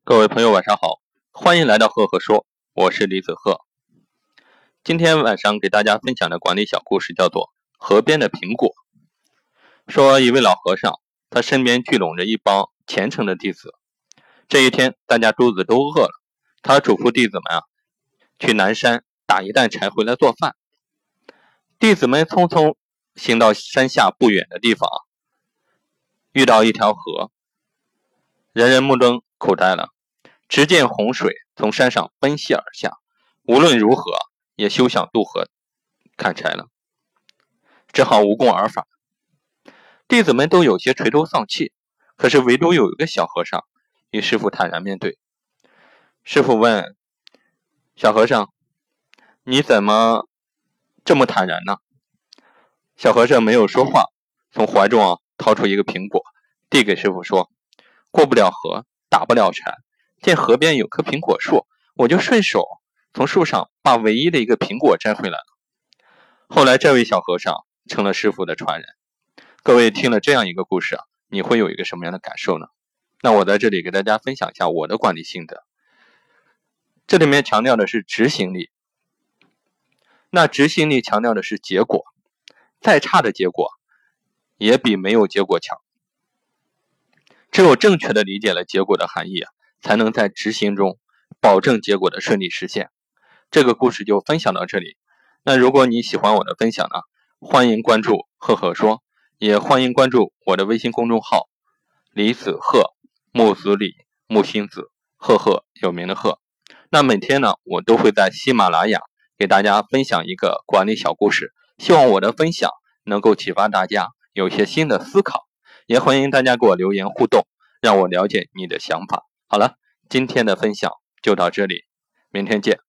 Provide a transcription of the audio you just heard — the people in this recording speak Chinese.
各位朋友晚上好，欢迎来到赫赫说，我是李子赫。今天晚上给大家分享的管理小故事叫做河边的苹果。说一位老和尚，他身边聚拢着一帮虔诚的弟子。这一天大家肚子都饿了，他嘱咐弟子们去南山打一担柴回来做饭。弟子们匆匆行到山下不远的地方，遇到一条河，人人目瞪口呆了。只见洪水从山上奔泻而下，无论如何也休想渡河砍柴了，只好无功而返。弟子们都有些垂头丧气，可是唯独有一个小和尚与师父坦然面对。师父问小和尚：“你怎么这么坦然呢？”小和尚没有说话，从怀中掏出一个苹果，递给师父说：“过不了河，打不了柴。见河边有棵苹果树，我就顺手从树上把唯一的一个苹果摘回来了。”后来这位小和尚成了师父的传人。各位听了这样一个故事你会有一个什么样的感受呢？那我在这里给大家分享一下我的管理心得。这里面强调的是执行力，那执行力强调的是结果，再差的结果也比没有结果强。只有正确的理解了结果的含义才能在执行中保证结果的顺利实现。这个故事就分享到这里。那如果你喜欢我的分享欢迎关注赫赫说，也欢迎关注我的微信公众号李子赫，木子李，木星子，赫赫有名的赫。那每天我都会在喜马拉雅给大家分享一个管理小故事，希望我的分享能够启发大家有一些新的思考，也欢迎大家给我留言互动，让我了解你的想法。好了，今天的分享就到这里，明天见。